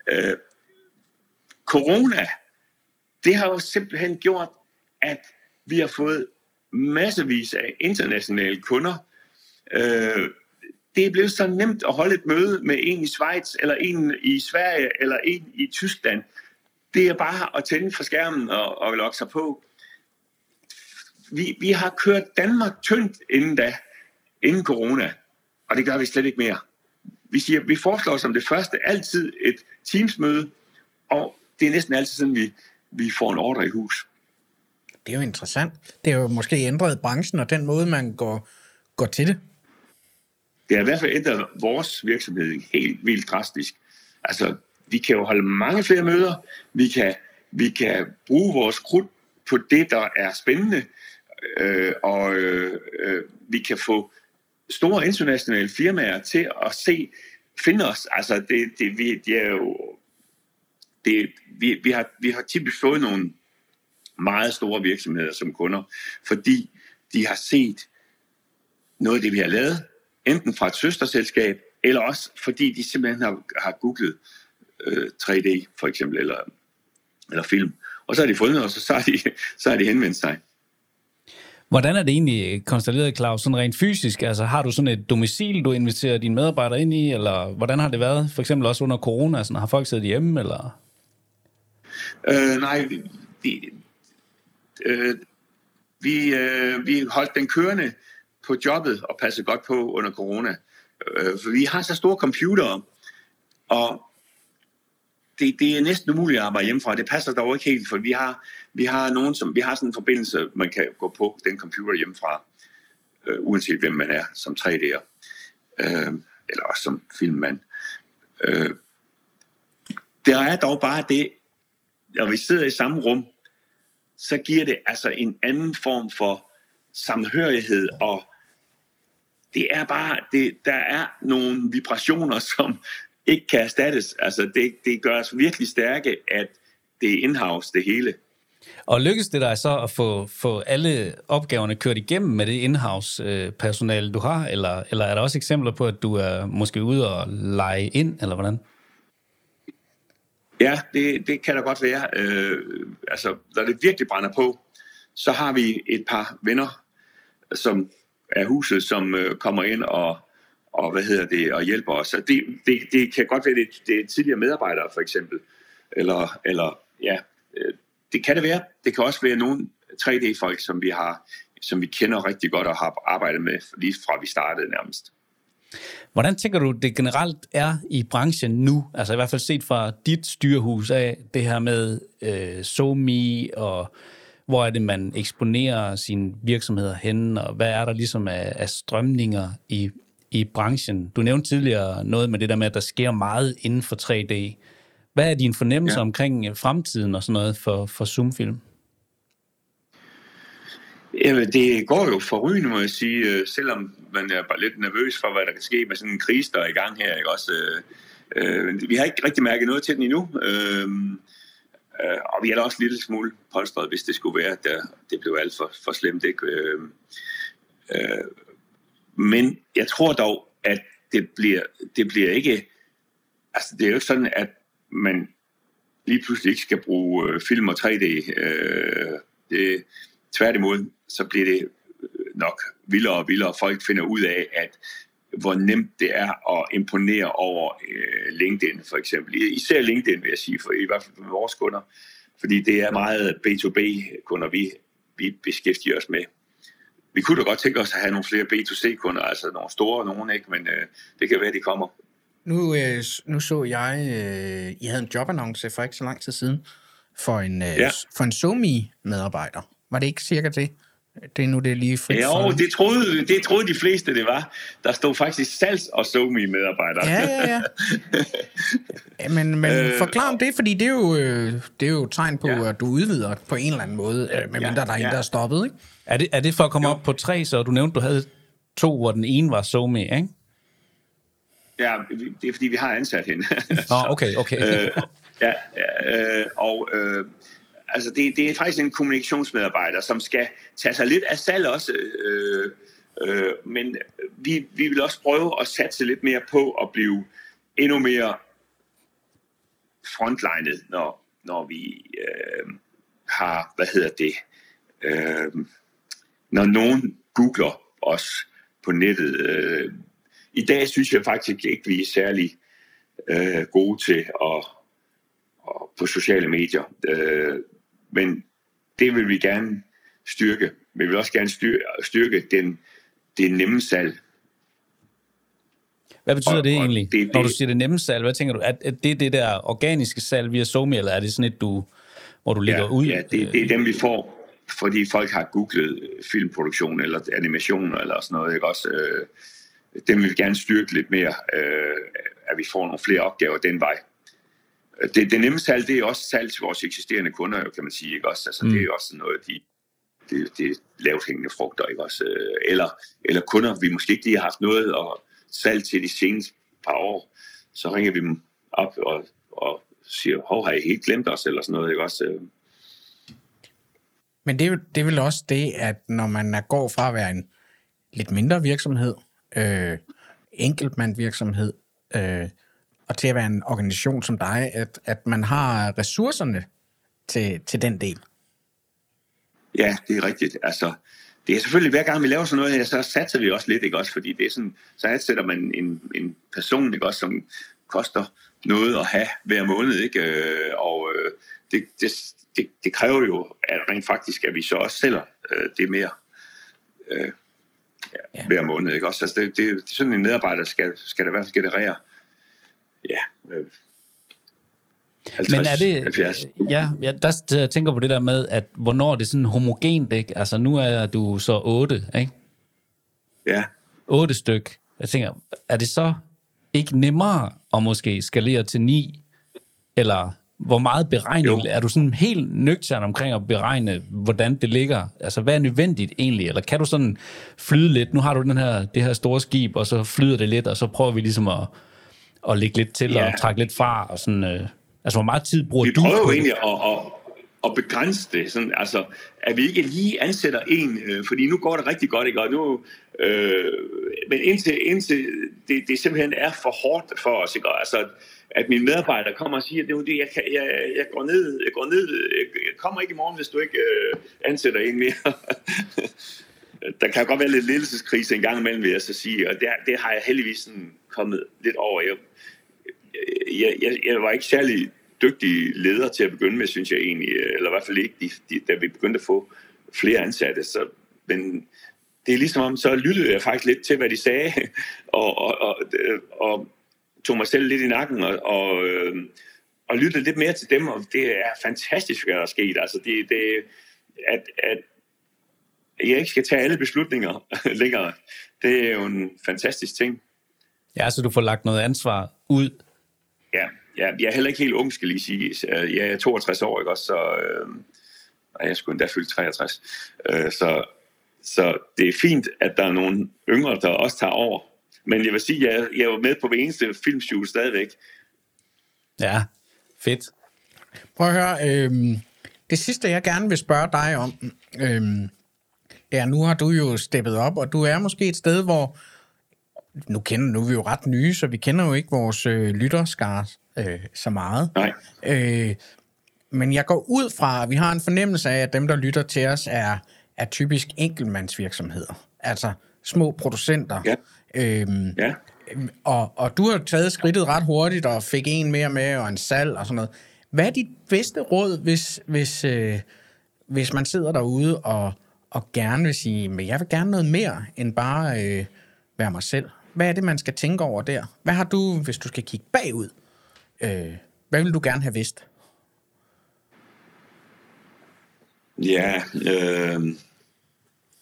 corona, det har jo simpelthen gjort, at vi har fået massevis af internationale kunder. Det er blevet så nemt at holde et møde med en i Schweiz, eller en i Sverige, eller en i Tyskland. Det er bare at tænde for skærmen og logge sig på. Vi har kørt Danmark tyndt inden corona, og det gør vi slet ikke mere. Vi foreslår som det første altid et Teams-møde, og det er næsten altid sådan, vi får en ordre i hus. Det er jo interessant. Det er jo måske ændret branchen og den måde, man går til det. Det har i hvert fald ændret vores virksomhed helt vildt drastisk. Altså, vi kan jo holde mange flere møder. Vi kan bruge vores krudt på det, der er spændende. Vi kan få store internationale firmaer til at finde os. Altså, vi har typisk fået nogle meget store virksomheder som kunder, fordi de har set noget af det, vi har lavet, enten fra et søsterselskab, eller også fordi de simpelthen har googlet 3D for eksempel, eller film. Og så har de fundet os, og så har de henvendt sig. Hvordan er det egentlig konstateret, Claus, sådan rent fysisk? Altså, har du sådan et domicil, du inviterer dine medarbejdere ind i, eller hvordan har det været? For eksempel også under corona, sådan, har folk siddet hjemme, eller? Nej, vi holdt den kørende på jobbet og passede godt på under corona. For vi har så store computere, og det er næsten umuligt at arbejde hjemmefra. Det passer dog ikke helt, for vi har sådan en forbindelse, man kan gå på den computer hjemmefra, uanset hvem man er, som 3D'er, eller også som filmmand. Der er dog bare det, når vi sidder i samme rum, så giver det altså en anden form for samhørighed, og det er bare, der er nogle vibrationer, som ikke kan erstattes. Altså det gør os virkelig stærke, at det er in-house, det hele. Og lykkes det dig så at få alle opgaverne kørt igennem med det in-house personale, du har? Eller er der også eksempler på, at du er måske ude og lege ind, eller hvordan? Ja, det kan der godt være. Altså, når det virkelig brænder på, så har vi et par venner, som er huset, som kommer ind og hjælper os. Så det kan godt være, det er tidligere medarbejdere, for eksempel. Eller det kan det være. Det kan også være nogle 3D-folk, som vi kender rigtig godt og har arbejdet med, lige fra vi startede nærmest. Hvordan tænker du, det generelt er i branchen nu? Altså i hvert fald set fra dit styrehus af, det her med SoMe, og hvor er det, man eksponerer sine virksomheder hen, og hvad er der ligesom af strømninger i branchen? Du nævnte tidligere noget med det der med, at der sker meget inden for 3D. Hvad er din fornemmelse omkring fremtiden og sådan noget for Zoom-film? Jamen, det går jo forrygende, må jeg sige, selvom man er bare lidt nervøs for, hvad der kan ske med sådan en krise, der er i gang her. Ikke? Også, vi har ikke rigtig mærket noget til den endnu, og vi er da også lidt smule polstret, hvis det skulle være, at det blev alt for slemt. Ikke? Men jeg tror dog, at det bliver ikke... Altså, det er jo ikke sådan, at man lige pludselig ikke skal bruge film og 3D. Tværtimod, så bliver det nok vildere og vildere. Folk finder ud af, hvor nemt det er at imponere over LinkedIn, for eksempel. Især LinkedIn, vil jeg sige, for i hvert fald med vores kunder. Fordi det er meget B2B-kunder, vi beskæftiger os med. Vi kunne da godt tænke os at have nogle flere B2C-kunder, altså nogle store nogen, ikke? Men det kan være, de kommer. Nu så jeg, I havde en jobannonce for ikke så lang tid siden, for en SoMe-medarbejder. Var det ikke cirka det? Det er nu det er lige frit for. Jo, det troede de fleste, det var. Der stod faktisk salgs- og SoMe-medarbejdere. Ja. Men forklar om det, fordi det er jo et tegn på, at du udvider på en eller anden måde, medmindre der er en, der er stoppet, ikke? Er det for at komme op på 3, så du nævnte, du havde 2, hvor den ene var SoMe, ikke? Ja, det er fordi, vi har ansat hende. Okay. Altså det er faktisk en kommunikationsmedarbejder, som skal tage sig lidt af salg også, men vi vil også prøve at satse lidt mere på at blive endnu mere frontlinet, når vi har, når nogen googler os på nettet. I dag synes jeg faktisk ikke, vi er særlig gode til at på sociale medier. Men det vil vi gerne styrke. Vi vil også gerne styrke det nemme salg. Hvad betyder det egentlig, når du siger det nemme salg? Hvad tænker du? Er det der organiske salg via SoMe, eller er det sådan et, hvor du ligger ud? Ja, det er dem, vi får, fordi folk har googlet filmproduktion eller animationer eller sådan noget. Ikke? Også, dem vil vi gerne styrke lidt mere, at vi får nogle flere opgaver den vej. Det nemme salg, det er også salg til vores eksisterende kunder, kan man sige, ikke også? Altså, det er også noget af de lavt hængende frugter, ikke også? Eller kunder, vi måske ikke lige har haft noget at salg til de seneste par år, så ringer vi dem op og siger, har I helt glemt os, eller sådan noget, ikke også? Men det er vel også det, at når man går fra at være en lidt mindre virksomhed, enkeltmandsvirksomhed, og til at være en organisation som dig, at man har ressourcerne til den del. Ja, det er rigtigt. Altså, det er selvfølgelig, hver gang vi laver sådan noget her, så satser vi også lidt, ikke også? Fordi det er sådan, så ansætter man en person, ikke også, som koster noget at have hver måned, ikke? Og det kræver jo at rent faktisk, at vi så også sælger det mere hver måned, ikke også? Altså, det er sådan en medarbejder skal det i hvert fald generere. Ja. 50, men er det 70. Ja, der tænker på det der med, at hvornår er det sådan homogent, ikke? Altså nu er du så 8, ikke? Ja. 8 styk. Jeg tænker, er det så ikke nemmere at måske skalere til 9? Eller hvor meget beregning er du sådan helt nøgtern omkring at beregne, hvordan det ligger? Altså hvad er nødvendigt egentlig? Eller kan du sådan flyde lidt? Nu har du det her store skib, og så flyder det lidt, og så prøver vi ligesom at lægge lidt til og trække lidt fra og sådan. Altså, hvor meget tid bruger du? Vi prøver jo egentlig at begrænse det, sådan, altså, at vi ikke lige ansætter en, fordi nu går det rigtig godt, ikke? Og nu, men indtil det simpelthen er for hårdt for os, ikke? Altså, at mine medarbejdere kommer og siger, at jeg går ned, jeg kommer ikke i morgen, hvis du ikke ansætter en mere. Der kan godt være lidt ledelseskrise en gang imellem, vil jeg så sige, og det har jeg heldigvis sådan kommet lidt over. Jeg var ikke særlig dygtig leder til at begynde med, synes jeg egentlig, eller i hvert fald ikke, da vi begyndte at få flere ansatte. Men det er ligesom om, så lyttede jeg faktisk lidt til, hvad de sagde, og tog mig selv lidt i nakken, og lyttede lidt mere til dem, og det er fantastisk, hvad der er sket. Altså, at jeg ikke skal tage alle beslutninger længere, det er jo en fantastisk ting. Ja, så du får lagt noget ansvar ud. Ja, jeg er heller ikke helt ung, skal lige sige. Jeg er 62 år, ikke også? Så jeg skulle endda fylde 63. Så det er fint, at der er nogle yngre, der også tager over. Men jeg vil sige, at jeg var med på hver eneste filmshoot stadigvæk. Ja, fedt. Prøv at høre, det sidste, jeg gerne vil spørge dig om, nu har du jo steppet op, og du er måske et sted, hvor nu er vi jo ret nye, så vi kender jo ikke vores lytterskare så meget. Nej. Men jeg går ud fra, at vi har en fornemmelse af, at dem, der lytter til os, er typisk enkeltmandsvirksomheder. Altså små producenter. Ja. Og du har taget skridtet ret hurtigt og fik en mere med og en salg og sådan noget. Hvad er dit bedste råd, hvis man sidder derude og gerne vil sige, men jeg vil gerne noget mere end bare være mig selv? Hvad er det, man skal tænke over der? Hvad har du, hvis du skal kigge bagud? Hvad vil du gerne have vidst? Ja,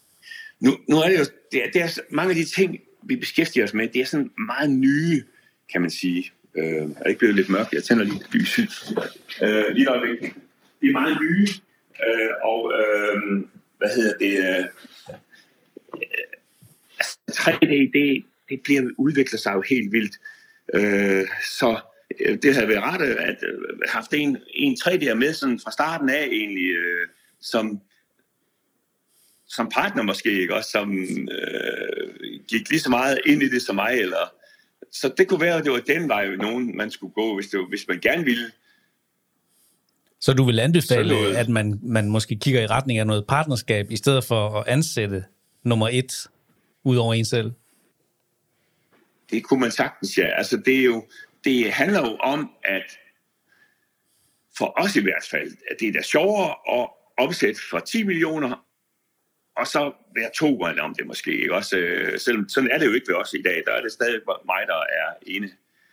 Nu er det jo, det er mange af de ting, vi beskæftiger os med, det er sådan meget nye, kan man sige. Er det ikke blevet lidt mørkt? Jeg tænder lige lyset. Lige øjeblik. Det er meget nye, og hvad hedder det? 3D, det bliver udviklet sig jo helt vildt. Så det havde været rart at have haft en 3D'er med sådan fra starten af egentlig, som partner måske, ikke? Også som gik lige så meget ind i det som mig, eller så det kunne være, at det var den vej, nogen man skulle gå, hvis man gerne ville. Så du vil anbefale, at man måske kigger i retning af noget partnerskab, i stedet for at ansætte nummer 1 ud over en selv? Det kunne man sagtens, ja. Altså det handler jo om, at for os i hvert fald, at det er da sjovere at opsætte for 10 millioner, og så være 2 om det måske. Ikke? Også, selvom sådan er det jo ikke ved os i dag. Der er det stadig mig, der er ene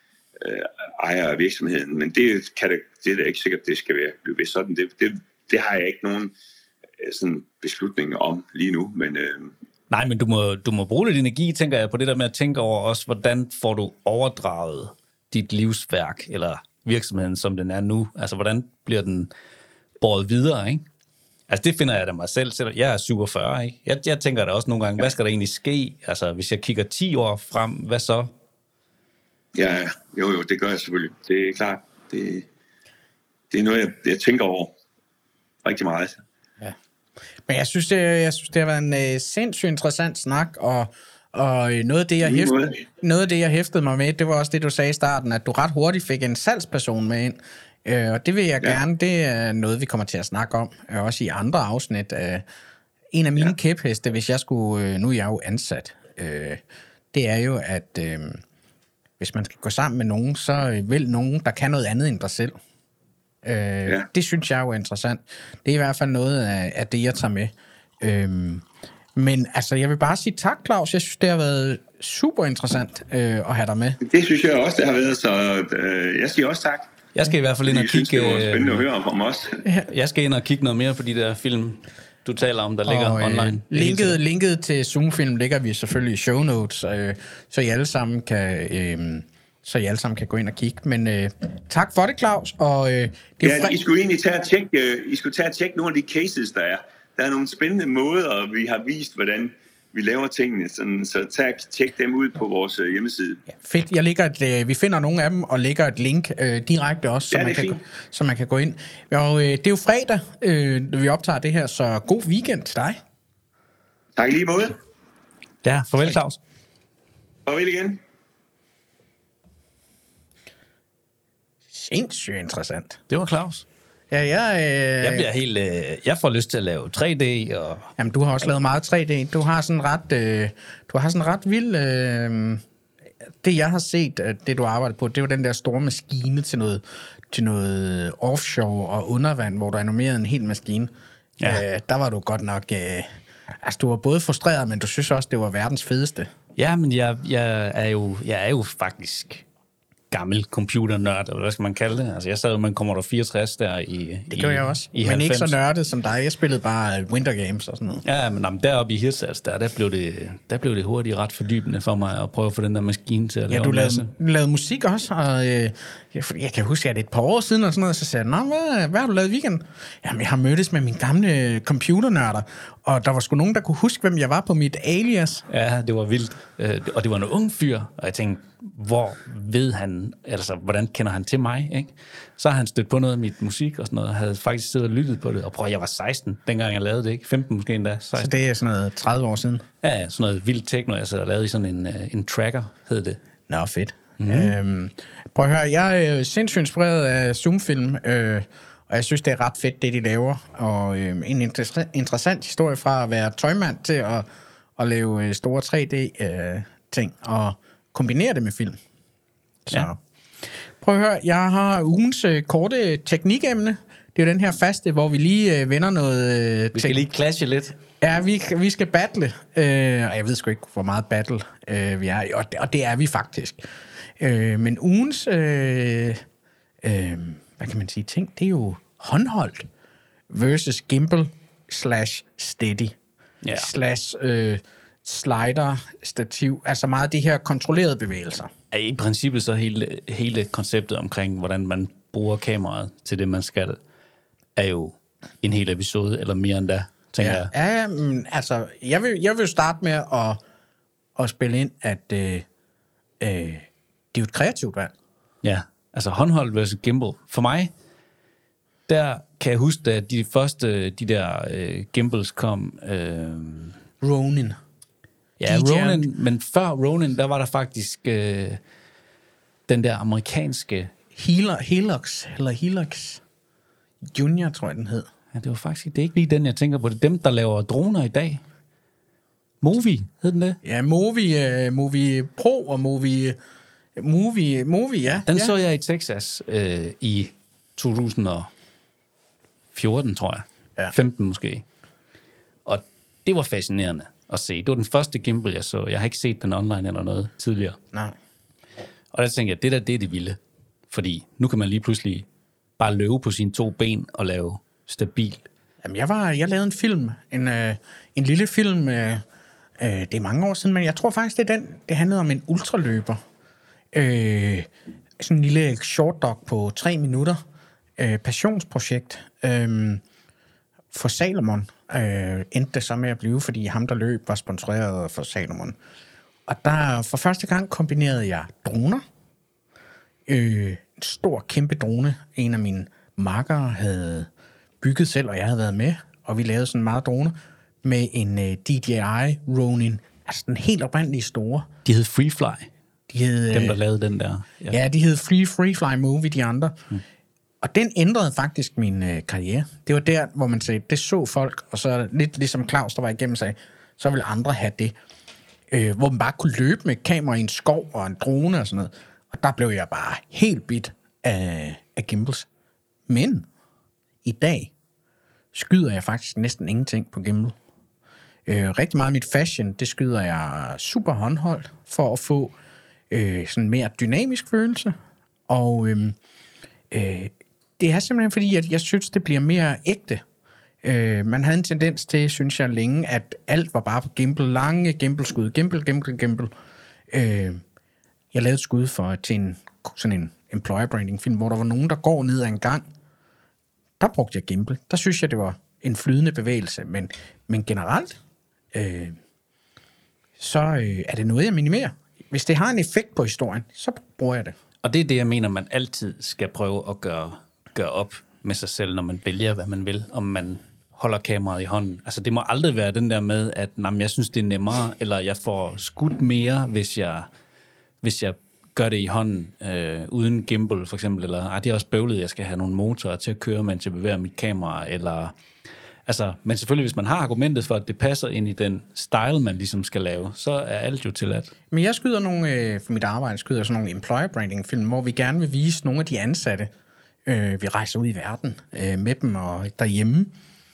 ejer af virksomheden. Men det er da ikke sikkert, det skal blive ved sådan. Det har jeg ikke nogen sådan beslutning om lige nu. Men, nej, men du må bruge lidt energi, tænker jeg, på det der med at tænke over også, hvordan får du overdraget dit livsværk, eller virksomheden, som den er nu? Altså, hvordan bliver den båret videre, ikke? Altså, det finder jeg da mig selv. Jeg er 47, ikke? Jeg tænker da også nogle gange, hvad skal der egentlig ske? Altså, hvis jeg kigger 10 år frem, hvad så? Ja, jo, det gør jeg selvfølgelig. Det er klart. Det er noget, jeg tænker over rigtig meget. Ja. Men jeg synes, det har været en sindssygt interessant snak, og noget af det, jeg hæftede mig med, det var også det, du sagde i starten, at du ret hurtigt fik en salgsperson med ind. Og det vil jeg gerne, det er noget, vi kommer til at snakke om, også i andre afsnit. En af mine kæpheste, hvis jeg skulle, nu er jeg jo ansat, det er jo, at hvis man skal gå sammen med nogen, så vil nogen, der kan noget andet end dig selv. Det synes jeg jo er interessant. Det er i hvert fald noget af det, jeg tager med. Men altså, jeg vil bare sige tak, Claus. Jeg synes, det har været super interessant at have dig med. Det synes jeg også, det har været, så jeg siger også tak. Jeg skal i hvert fald ind og kigge... det var spændende at høre om os. Jeg skal ind og kigge noget mere på de der film, du taler om, der ligger online. Linket til Zoom-film ligger vi selvfølgelig i show notes, så I alle sammen kan gå ind og kigge. Men tak for det, Claus. Og, I skulle egentlig tage at tjekke nogle af de cases, der er. Der er nogle spændende måder, og vi har vist, hvordan vi laver tingene, så tjek dem ud på vores hjemmeside. Ja, fedt. Vi finder nogle af dem og lægger et link direkte også, så man kan gå ind. Og det er jo fredag, når vi optager det her, så god weekend til dig. Tak lige måde. Ja, farvel, Claus. Farvel igen. Sindssygt interessant. Det var Claus. Ja, jeg bliver helt... jeg får lyst til at lave 3D og... Jamen, du har også lavet meget 3D. Du har sådan ret vild... det, jeg har set, det du arbejder på, det var den der store maskine til noget offshore og undervand, hvor du animerede en hel maskine. Ja. Der var du godt nok... altså, du var både frustreret, men du synes også, det var verdens fedeste. Ja, men jeg er jo faktisk... gammel computernørd, eller hvad skal man kalde det? Altså, jeg sad jo med en Commodore 64 der i... Det gjorde jeg også, men 90. Ikke så nørdet som dig. Jeg spillede bare Winter Games og sådan noget. Ja, men deroppe i Hirtshals, der blev det hurtigt ret fordybende for mig at prøve at få den der maskine til at lave en masse. Du lavede musik også, og jeg kan huske, at det et par år siden og sådan noget, så sagde jeg, hvad har du lavet i weekenden? Jamen, jeg har mødtes med mine gamle computernørder, og der var sgu nogen, der kunne huske, hvem jeg var på mit alias. Ja, det var vildt. Og det var en ung fyr, og jeg tænkte, hvor ved han, altså hvordan kender han til mig, ikke? Så har han stødt på noget af mit musik og sådan noget, og havde faktisk siddet og lyttet på det, og prøv, jeg var 16, dengang jeg lavede det, ikke? 15 måske endda. 16. Så det er sådan noget 30 år siden? Ja, sådan noget vildt techno, jeg sad og lavede i sådan en tracker, hed det. Nå, fedt. Prøv at høre, jeg er sindssygt inspireret af Zoom-film, og jeg synes, det er ret fedt, det de laver, og en interessant historie fra at være tøjmand til at lave store 3D-ting, og kombinere det med film. Så. Ja. Prøv at høre, jeg har ugens korte teknikemne. Det er jo den her faste, hvor vi lige vender noget... vi skal lige clashe lidt. Ja, vi skal battle. Og jeg ved sgu ikke, hvor meget battle vi er. Og det er vi faktisk. Men ugens... hvad kan man sige? Ting, det er jo håndholdt versus gimbal /steady. slash slider, stativ, altså meget af de her kontrollerede bevægelser. I princippet så hele konceptet omkring, hvordan man bruger kameraet til det, man skal, er jo en hel episode, eller mere end da, tænker jeg. Ja, men altså, jeg vil starte med at spille ind, at det er jo et kreativt valg. Ja, altså håndholdt versus gimbal. For mig, der kan jeg huske, at de første, de der gimbals kom... Ronin. Ja, Ronin, men før Ronin, der var der faktisk den der amerikanske... Helix Junior, tror jeg, den hed. Ja, det er ikke lige den, jeg tænker på. Det er dem, der laver droner i dag. Movie, hed den det? Ja, Movie Pro og Movie, ja. Den så jeg i Texas i 2014, tror jeg. Ja. 15 måske. Og det var fascinerende at se. Det var den første gimbal, jeg så. Jeg har ikke set den online eller noget tidligere. Nej. Og der tænkte jeg, det er det vilde. Fordi nu kan man lige pludselig bare løbe på sine 2 ben og lave stabil. Jamen, jeg lavede en film. En lille film. Det er mange år siden, men jeg tror faktisk, det handlede om en ultraløber. Sådan en lille short dog på 3 minutter. Passionsprojekt. For Salomon endte det så med at blive, fordi ham, der løb, var sponsoreret for Salomon. Og der for første gang kombinerede jeg droner. En stor, kæmpe drone. En af mine makkere havde bygget selv, og jeg havde været med. Og vi lavede sådan meget drone med en DJI Ronin. Altså den helt oprindelige store. De hed Freefly. Dem, der lavede den der. Ja, de hed Freefly Movie, de andre. Og den ændrede faktisk min karriere. Det var der, hvor man sagde, det så folk, og så lidt ligesom Claus, der var igennem, sagde, så ville andre have det. Hvor man bare kunne løbe med kamera i en skov og en drone og sådan noget. Og der blev jeg bare helt bit af gimbals. Men i dag skyder jeg faktisk næsten ingenting på gimbal. Rigtig meget af mit fashion, det skyder jeg super håndholdt for at få sådan mere dynamisk følelse. Og det er simpelthen fordi, at jeg synes, det bliver mere ægte. Man havde en tendens til, synes jeg længe, at alt var bare på gimbal. Lange gimbal-skud. Gimbal. Jeg lavede et skud til sådan en employer branding film, hvor der var nogen, der går ned ad en gang. Der brugte jeg gimbal. Der synes jeg, det var en flydende bevægelse. Men generelt, så er det noget, jeg minimerer. Hvis det har en effekt på historien, så bruger jeg det. Og det er det, jeg mener, man altid skal prøve at gøre op med sig selv, når man vælger, hvad man vil, om man holder kameraet i hånden. Altså, det må aldrig være den der med, at jeg synes, det er nemmere, eller jeg får skudt mere, hvis jeg gør det i hånden, uden gimbal, for eksempel, eller det er også bøvlet, jeg skal have nogle motorer til at køre, mens jeg bevæger mit kamera, eller... Altså, men selvfølgelig, hvis man har argumentet for, at det passer ind i den style, man ligesom skal lave, så er alt jo tilladt. Men jeg skyder for mit arbejde, sådan nogle employer branding film, hvor vi gerne vil vise nogle af de ansatte. Vi rejser ud i verden med dem og derhjemme.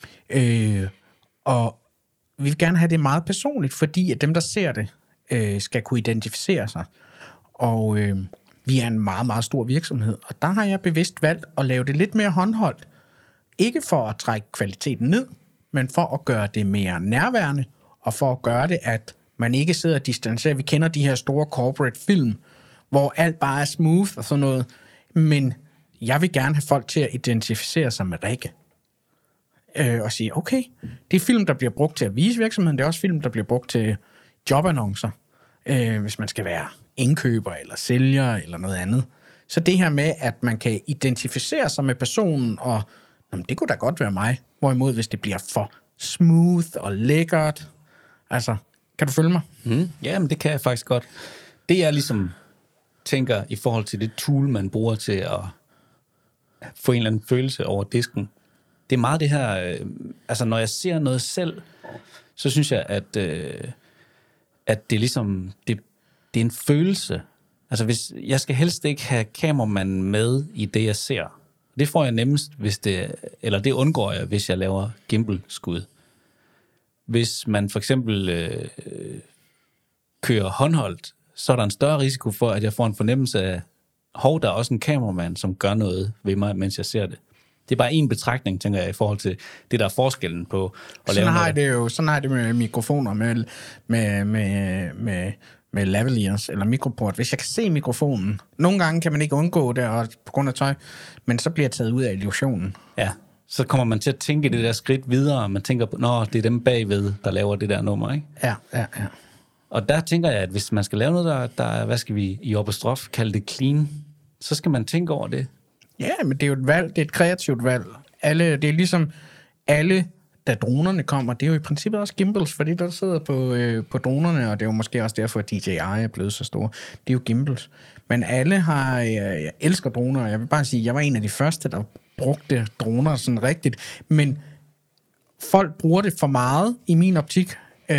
Og vi vil gerne have det meget personligt, fordi at dem, der ser det, skal kunne identificere sig. Og vi er en meget, meget stor virksomhed, og der har jeg bevidst valgt at lave det lidt mere håndholdt. Ikke for at trække kvaliteten ned, men for at gøre det mere nærværende, og for at gøre det, at man ikke sidder og distancerer. Vi kender de her store corporate film, hvor alt bare er smooth og sådan noget. Men jeg vil gerne have folk til at identificere sig med Rikke. Og sige, okay, det er film, der bliver brugt til at vise virksomheden. Det er også film, der bliver brugt til jobannoncer. Hvis man skal være indkøber eller sælger eller noget andet. Så det her med, at man kan identificere sig med personen, og det kunne da godt være mig. Hvorimod, hvis det bliver for smooth og lækkert. Altså, kan du følge mig? Jamen, det kan jeg faktisk godt. Det jeg ligesom tænker i forhold til det tool, man bruger til at få en eller anden følelse over disken, det er meget det her, altså når jeg ser noget selv, så synes jeg, at det er ligesom, det er en følelse. Altså hvis, jeg skal helst ikke have kameramanden med i det, jeg ser. Det får jeg nemmest, eller det undgår jeg, hvis jeg laver gimbal-skud. Hvis man for eksempel kører håndholdt, så er der en større risiko for, at jeg får en fornemmelse af, der er også en kameramand, som gør noget ved mig, mens jeg ser det. Det er bare en betragtning, tænker jeg, i forhold til det, der er forskellen på at lave noget. Sådan har jeg det med mikrofoner, med lavaliers eller mikroport. Hvis jeg kan se mikrofonen, nogle gange kan man ikke undgå det og på grund af tøj, men så bliver jeg taget ud af illusionen. Ja, så kommer man til at tænke det der skridt videre, og man tænker på, det er dem bagved, der laver det der nummer, ikke? Ja. Og der tænker jeg, at hvis man skal lave noget, der er, hvad skal vi i apostrof kalde det clean, så skal man tænke over det. Ja, men det er jo et valg, det er et kreativt valg. Det er ligesom alle, da dronerne kommer, det er jo i princippet også gimbals, fordi der sidder på dronerne, og det er jo måske også derfor, at DJI er blevet så store. Det er jo gimbals. Men alle har, jeg elsker droner, og jeg vil bare sige, jeg var en af de første, der brugte droner sådan rigtigt, men folk bruger det for meget i min optik,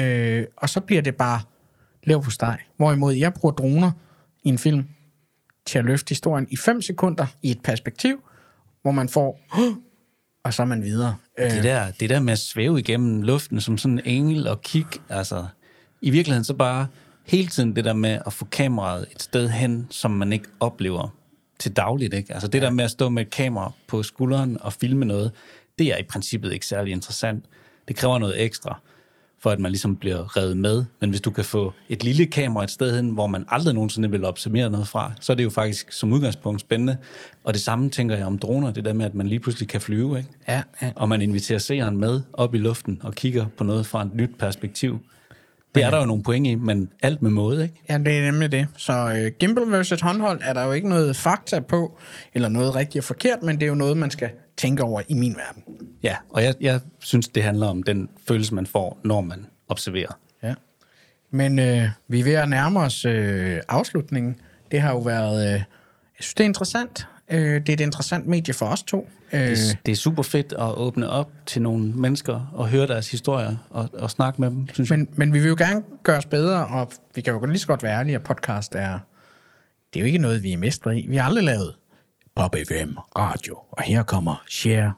og så bliver det bare leverpostej. Hvorimod jeg bruger droner i en film til at løfte historien i 5 sekunder i et perspektiv, hvor man får, og så er man videre. Det der med at svæve igennem luften som sådan en engel og kigge, altså i virkeligheden så bare hele tiden det der med at få kameraet et sted hen, som man ikke oplever til dagligt, ikke? Altså det der med at stå med et kamera på skulderen og filme noget, det er i princippet ikke særlig interessant. Det kræver noget ekstra, for at man ligesom bliver revet med. Men hvis du kan få et lille kamera et sted hen, hvor man aldrig nogensinde vil optimere noget fra, så er det jo faktisk som udgangspunkt spændende. Og det samme tænker jeg om droner, det der med, at man lige pludselig kan flyve, ikke? Ja. Og man inviterer seeren med op i luften og kigger på noget fra et nyt perspektiv. Det er der jo nogle point i, men alt med måde, ikke? Ja, det er nemlig det. Så gimbal versus håndhold er der jo ikke noget fakta på, eller noget rigtigt og forkert, men det er jo noget, man skal tænke over i min verden. Ja, og jeg synes, det handler om den følelse, man får, når man observerer. Ja. Men vi er ved at nærme os afslutningen. Det har jo været, jeg synes, det er interessant. Det er et interessant medie for os to. Det er super fedt at åbne op til nogle mennesker og høre deres historier og snakke med dem, synes jeg. Men vi vil jo gerne gøre os bedre, og vi kan jo lige så godt være ærlige, at podcast det er jo ikke noget, vi er mestre i. Vi har aldrig lavet Pop FM radio, og her kommer Share.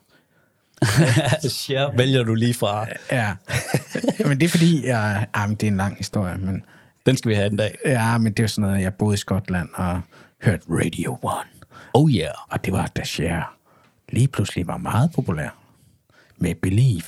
Share vælger du lige fra. Ja, men det er fordi, men det er en lang historie, men... Den skal vi have en dag. Ja, men det er jo sådan noget, jeg boede i Skotland og hørte Radio 1. Oh yeah. Og det var, da Cher lige pludselig var meget populær med Believe.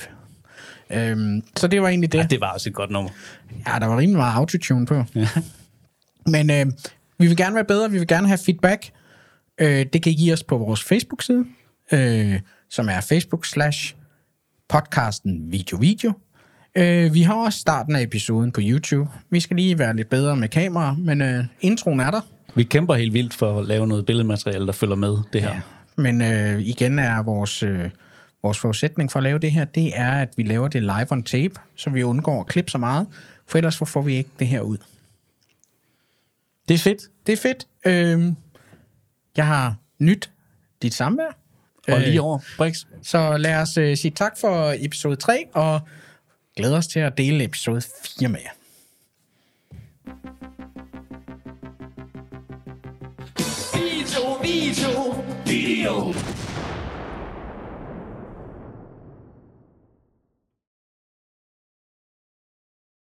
Så det var egentlig det. Ja, det var også et godt nummer. Ja, der var rimelig meget autotune på. Ja. Men vi vil gerne være bedre, vi vil gerne have feedback. Det kan I give os på vores Facebook-side, som er Facebook/podcasten video. Vi har også starten af episoden på YouTube. Vi skal lige være lidt bedre med kamera, men introen er der. Vi kæmper helt vildt for at lave noget billedmateriale, der følger med det her. Ja, men igen er vores forudsætning for at lave det her, det er, at vi laver det live on tape, så vi undgår at klippe så meget, for ellers får vi ikke det her ud. Det er fedt. Det er fedt. Jeg har nyt dit samvær. Og lige over, Brix. Så lad os sige tak for episode 3, og glæder os til at dele episode 4 med jer. Video.